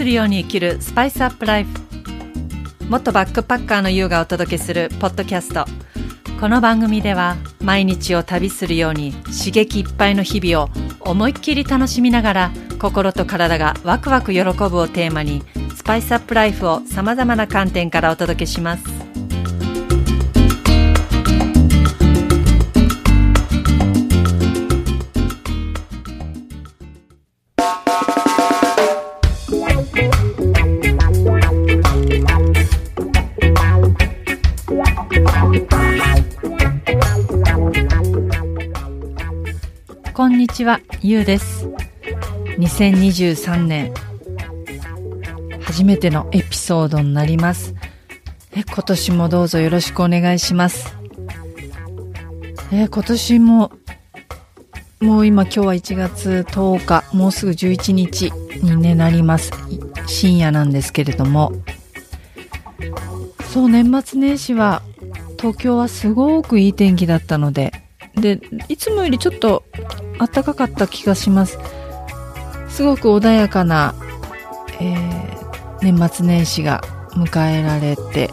するように生きるスパイスアップライフ。元バックパッカーの優がお届けするポッドキャスト。この番組では毎日を旅するように刺激いっぱいの日々を思いっきり楽しみながら、心と体がワクワク喜ぶをテーマにスパイスアップライフをさまざまな観点からお届けします。こんにちは、ゆうです。2023年初めてのエピソードになります。今年もどうぞよろしくお願いします。今年もう今日は1月10日、もうすぐ11日に、なります。深夜なんですけれども、そう、年末年始は東京はすごくいい天気だったので、いつもよりちょっと暖かかった気がします。すごく穏やかな、年末年始が迎えられて、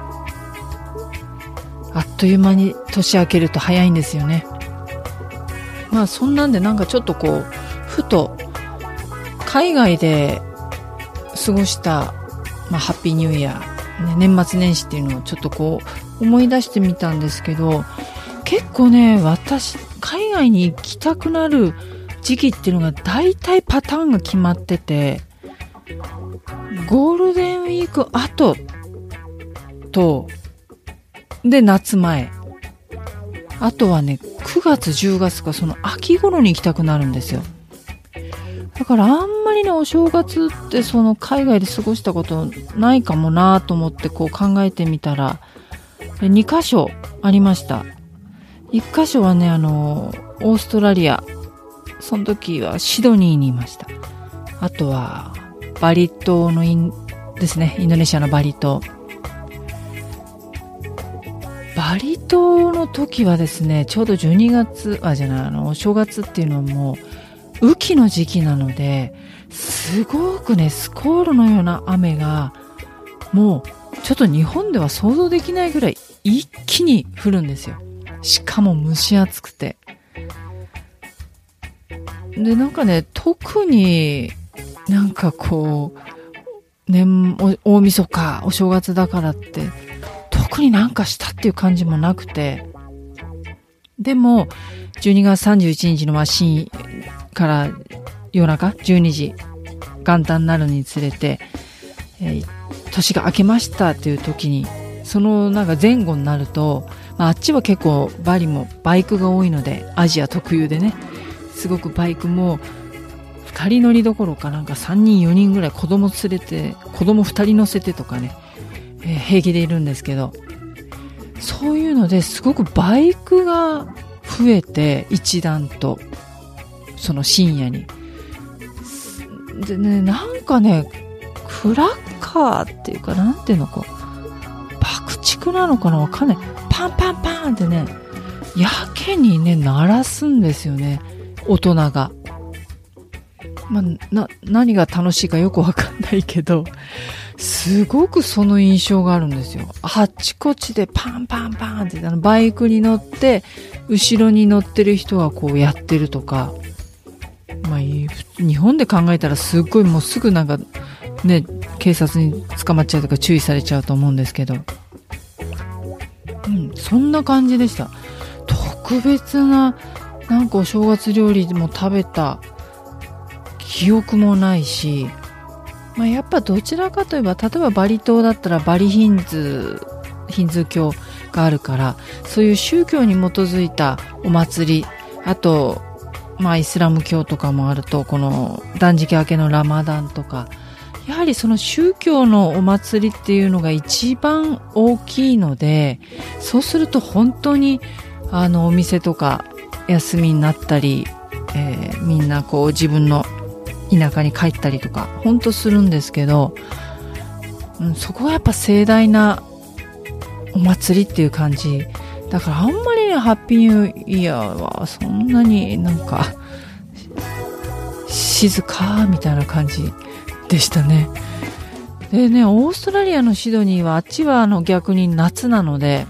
あっという間に年明けると早いんですよね。まあそんなんでなんかちょっとこうふと海外で過ごした、ハッピーニューイヤー、年末年始っていうのをちょっとこう思い出してみたんですけど、結構ね、私海外に行きたくなる時期っていうのが大体パターンが決まってて、ゴールデンウィーク後とで夏前、あとはね9月10月かその秋頃に行きたくなるんですよ。だからあんまりね、お正月ってその海外で過ごしたことないかもなと思ってこう考えてみたら、2カ所ありました。1カ所はね、オーストラリア、その時はシドニーにいました。あとはバリ島のですね、インドネシアのバリ島。バリ島の時はですね、ちょうど12月、お正月っていうのはもう雨季の時期なので、すごくね、スコールのような雨がもうちょっと日本では想像できないぐらい一気に降るんですよ。しかも蒸し暑くて。で、なんかね、特になんかこう、大晦日、お正月だからって、特になんかしたっていう感じもなくて。でも、12月31日の深から夜中12時、元旦になるにつれて、年が明けましたっていう時に、そのなんか前後になると、あっちは結構バリもバイクが多いので、アジア特有でね、すごくバイクも2人乗りどころかなんか3人4人ぐらい子供連れて、子供2人乗せてとかね、平気でいるんですけど、そういうのですごくバイクが増えて、一段とその深夜にでね、なんかね、クラッカーっていうか、なんていうのか、爆竹なのかな、わかんない、パンパンパンってね、やけにね鳴らすんですよね、大人が。何が楽しいかよくわかんないけど、すごくその印象があるんですよ。あっちこっちでパンパンパンって、バイクに乗って後ろに乗ってる人がこうやってるとか、日本で考えたらすっごいもうすぐなんかね、警察に捕まっちゃうとか注意されちゃうと思うんですけど、そんな感じでした。特別ななんかお正月料理も食べた記憶もないし、やっぱどちらかといえば、例えばバリ島だったらバリヒンズー教があるから、そういう宗教に基づいたお祭り、あとイスラム教とかもあると、この断食明けのラマダンとか、やはりその宗教のお祭りっていうのが一番大きいので、そうすると本当にお店とか休みになったり、みんなこう自分の田舎に帰ったりとか本当するんですけど、そこはやっぱ盛大なお祭りっていう感じだから、あんまりね、ハッピーニューイヤーはそんなになんか静かみたいな感じでしたね。でね、オーストラリアのシドニーはあっちは逆に夏なので、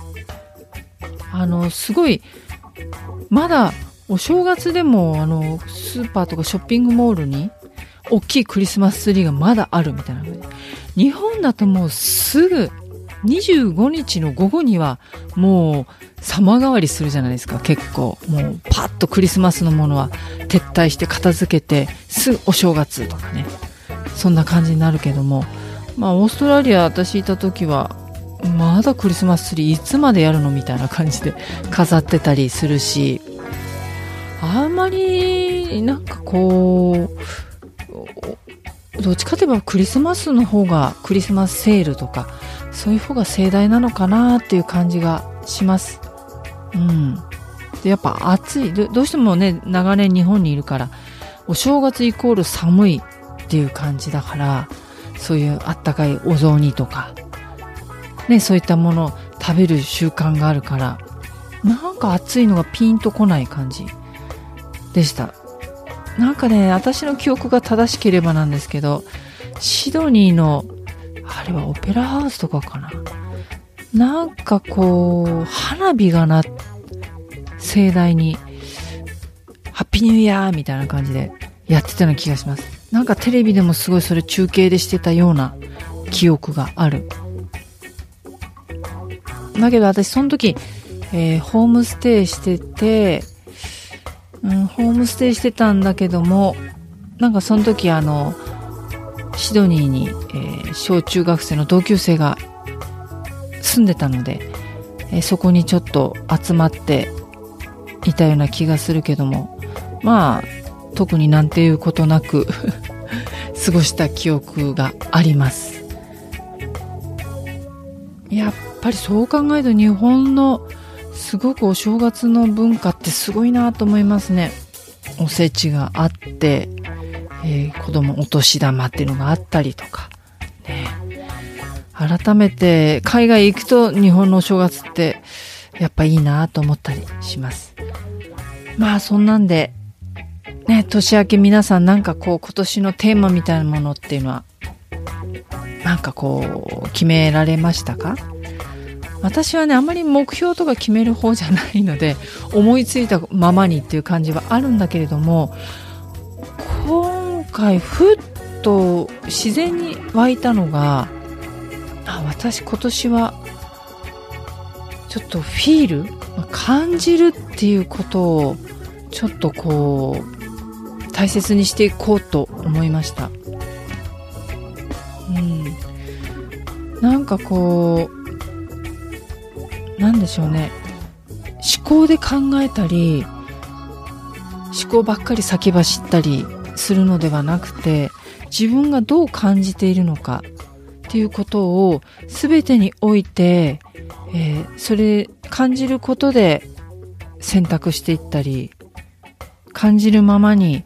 すごいまだお正月でもスーパーとかショッピングモールに大きいクリスマスツリーがまだあるみたいな感じ。日本だともうすぐ25日の午後にはもう様変わりするじゃないですか。結構もうパッとクリスマスのものは撤退して片付けてすぐお正月とかね、そんな感じになるけども、まあオーストラリア私いた時はまだクリスマスツリーいつまでやるのみたいな感じで飾ってたりするし、あんまりなんかこうどっちかといえばクリスマスの方が、クリスマスセールとかそういう方が盛大なのかなっていう感じがします。でやっぱ暑い、どうしてもね長年日本にいるからお正月イコール寒いっていう感じだから、そういうあったかいお雑煮とかね、そういったものを食べる習慣があるから、なんか暑いのがピンとこない感じでした。なんかね、私の記憶が正しければなんですけど、シドニーのあれはオペラハウスとかかな、なんかこう花火が盛大にハッピーニューイヤーみたいな感じでやってたような気がします。なんかテレビでもすごいそれ中継でしてたような記憶がある。だけど私その時、ホームステイしてて、ホームステイしてたんだけども、なんかその時シドニーに、小中学生の同級生が住んでたので、そこにちょっと集まっていたような気がするけども、まあ特になんていうことなく過ごした記憶があります。やっぱりそう考えると日本のすごくお正月の文化ってすごいなと思いますね。おせちがあって、子供お年玉っていうのがあったりとか、ね、改めて海外行くと日本のお正月ってやっぱいいなと思ったりします。まあそんなんでね、年明け皆さんなんかこう今年のテーマみたいなものっていうのはなんかこう決められましたか？私はねあんまり目標とか決める方じゃないので、思いついたままにっていう感じはあるんだけれども、今回ふっと自然に湧いたのが、私今年はちょっとフィール、感じるっていうことをちょっとこう大切にしていこうと思いました。なんかこうなんでしょうね、思考で考えたり思考ばっかり先走ったりするのではなくて、自分がどう感じているのかっていうことを全てにおいて、それ感じることで選択していったり、感じるままに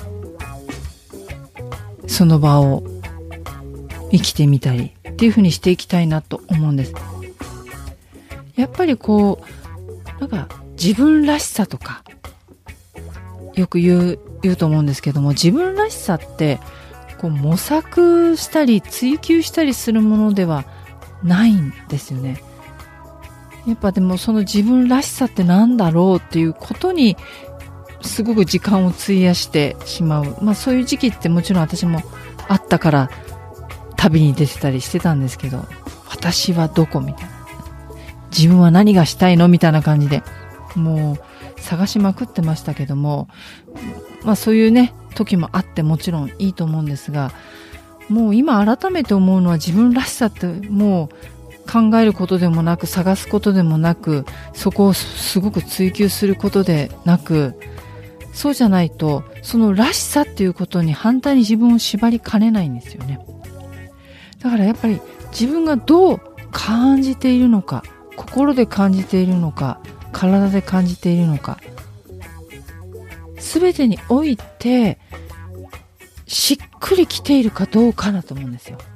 その場を生きてみたりっていう風にしていきたいなと思うんです。やっぱりこうなんか自分らしさとかよく言うと思うんですけども、自分らしさってこう模索したり追求したりするものではないんですよね。やっぱでもその自分らしさってなんだろうっていうことにすごく時間を費やしてしまう。そういう時期ってもちろん私もあったから旅に出てたりしてたんですけど、私はどこみたいな、自分は何がしたいのみたいな感じでもう探しまくってましたけども、そういうね時もあってもちろんいいと思うんですが、もう今改めて思うのは、自分らしさってもう考えることでもなく探すことでもなく、そこをすごく追求することでなく、そうじゃないとそのらしさっていうことに反対に自分を縛りかねないんですよね。だからやっぱり自分がどう感じているのか、心で感じているのか、体で感じているのか、すべてにおいてしっくりきているかどうかだと思うんですよ。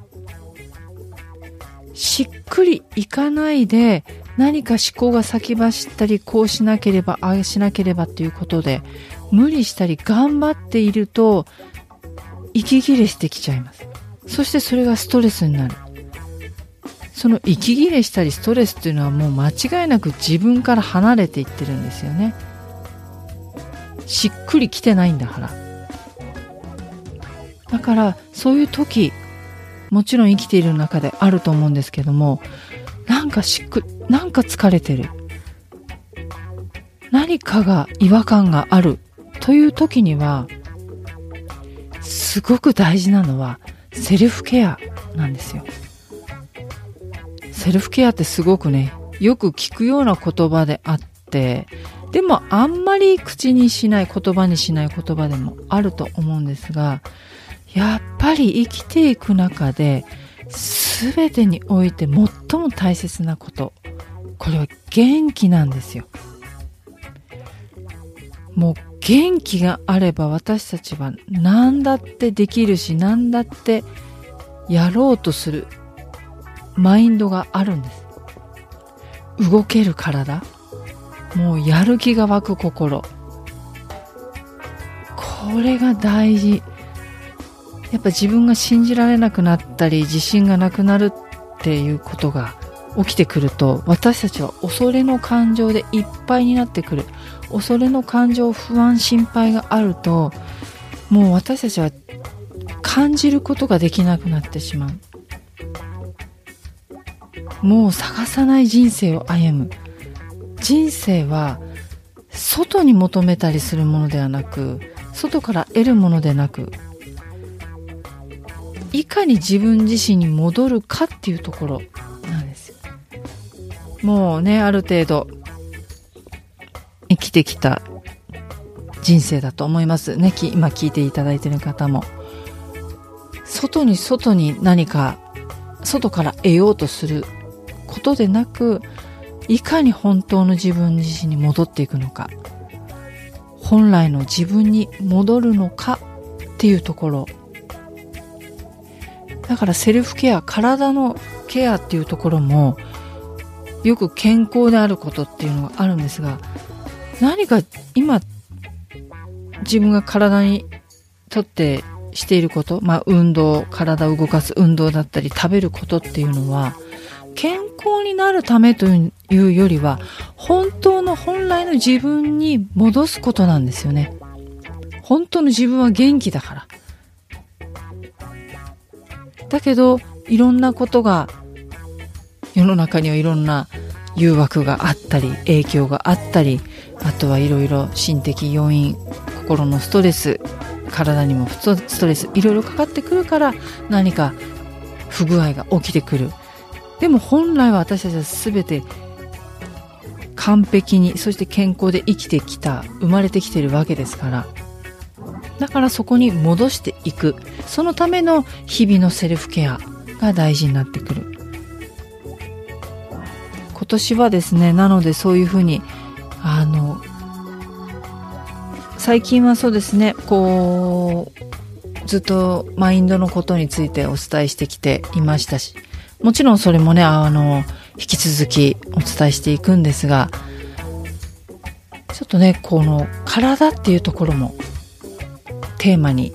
しっくりいかないで何か思考が先走ったり、こうしなければああしなければっていうことで無理したり頑張っていると、 息切れしてきちゃいます。そしてそれがストレスになる。その息切れしたりストレスっていうのはもう間違いなく自分から離れていってるんですよね。しっくりきてないんだから。だからそういう時、もちろん生きている中であると思うんですけども、なんか疲れてる、何かが違和感があるという時には、すごく大事なのはセルフケアなんですよ。セルフケアってすごくね、よく聞くような言葉であって、でもあんまり口にしない、言葉にしない言葉でもあると思うんですが、やっぱり生きていく中で全てにおいて最も大切なこと、これは元気なんですよ。もう元気があれば私たちは何だってできるし、何だってやろうとするマインドがあるんです。動ける体、もうやる気が湧く心、これが大事。やっぱ自分が信じられなくなったり、自信がなくなるっていうことが起きてくると、私たちは恐れの感情でいっぱいになってくる。恐れの感情、不安、心配があると、もう私たちは感じることができなくなってしまう。もう探さない人生を歩む。人生は外に求めたりするものではなく、外から得るものでなく、いかに自分自身に戻るかっていうところなんですよ。もうね、ある程度生きてきた人生だと思いますね。今聞いていただいている方も、外に何か外から得ようとすることでなく、いかに本当の自分自身に戻っていくのか、本来の自分に戻るのかっていうところだから、セルフケア、体のケアっていうところもよく健康であることっていうのがあるんですが、何か今自分が体にとってしていること、運動、体を動かす運動だったり食べることっていうのは、健康になるためというよりは、本来の自分に戻すことなんですよね。本当の自分は元気だから。だけどいろんなことが、世の中にはいろんな誘惑があったり、影響があったり、あとはいろいろ心的要因、心のストレス、体にもストレス、いろいろかかってくるから、何か不具合が起きてくる。でも本来は私たちは全て完璧に、そして健康で生きてきた、生まれてきているわけですから、だからそこに戻していく、そのための日々のセルフケアが大事になってくる。今年はですね、なのでそういうふうに最近はそうですね、ずっとマインドのことについてお伝えしてきていましたし、もちろんそれもね、引き続きお伝えしていくんですが、ちょっとね、この体っていうところもテーマに、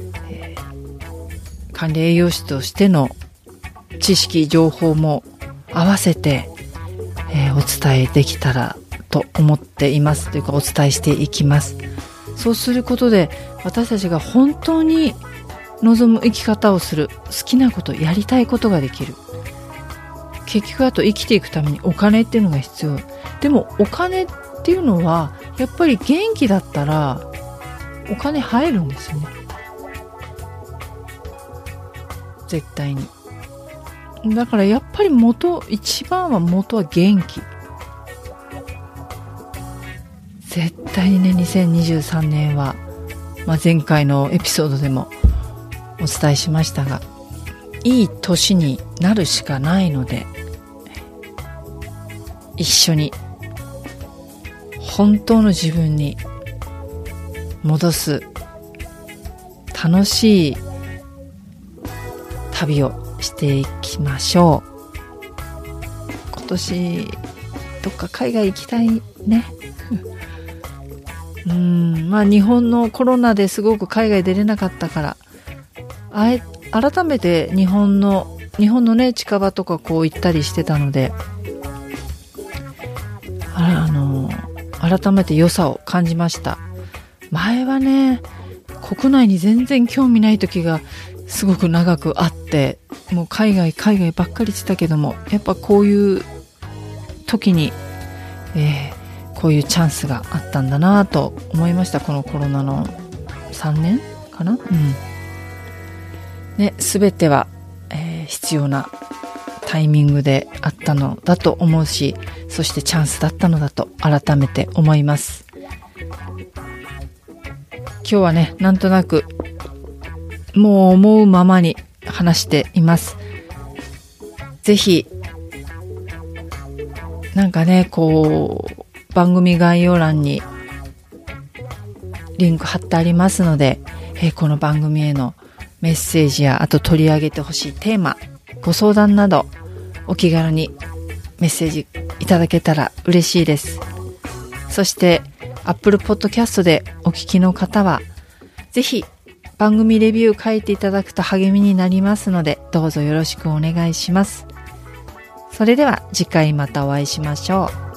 管理栄養士としての知識、情報も合わせて、お伝えできたらと思っています。というか、お伝えしていきます。そうすることで、私たちが本当に望む生き方をする、好きなこと、やりたいことができる。結局、あと生きていくためにお金っていうのが必要。でもお金っていうのはやっぱり元気だったらお金入るんですよね、絶対に。だからやっぱり一番は元は元気。絶対にね、2023年は、前回のエピソードでもお伝えしましたが、いい年になるしかないので、一緒に本当の自分に戻す楽しい旅をしていきましょう。今年どっか海外行きたいね。日本のコロナですごく海外出れなかったから、 改めて日本のね、近場とかこう行ったりしてたので、改めて良さを感じました。前はね、国内に全然興味ない時がすごく長くあって、もう海外ばっかりしてたけども、やっぱこういう時に、こういうチャンスがあったんだなと思いました。このコロナの3年かな、ね、全ては、必要なタイミングであったのだと思うし、そしてチャンスだったのだと改めて思います。今日はね、なんとなくもう思うままに話しています。ぜひなんかね、こう番組概要欄にリンク貼ってありますので、この番組へのメッセージや、あと取り上げてほしいテーマ、ご相談などお気軽にメッセージいただけたら嬉しいです。そしてApple Podcast でお聞きの方はぜひ番組レビュー書いていただくと励みになりますので、どうぞよろしくお願いします。それでは次回またお会いしましょう。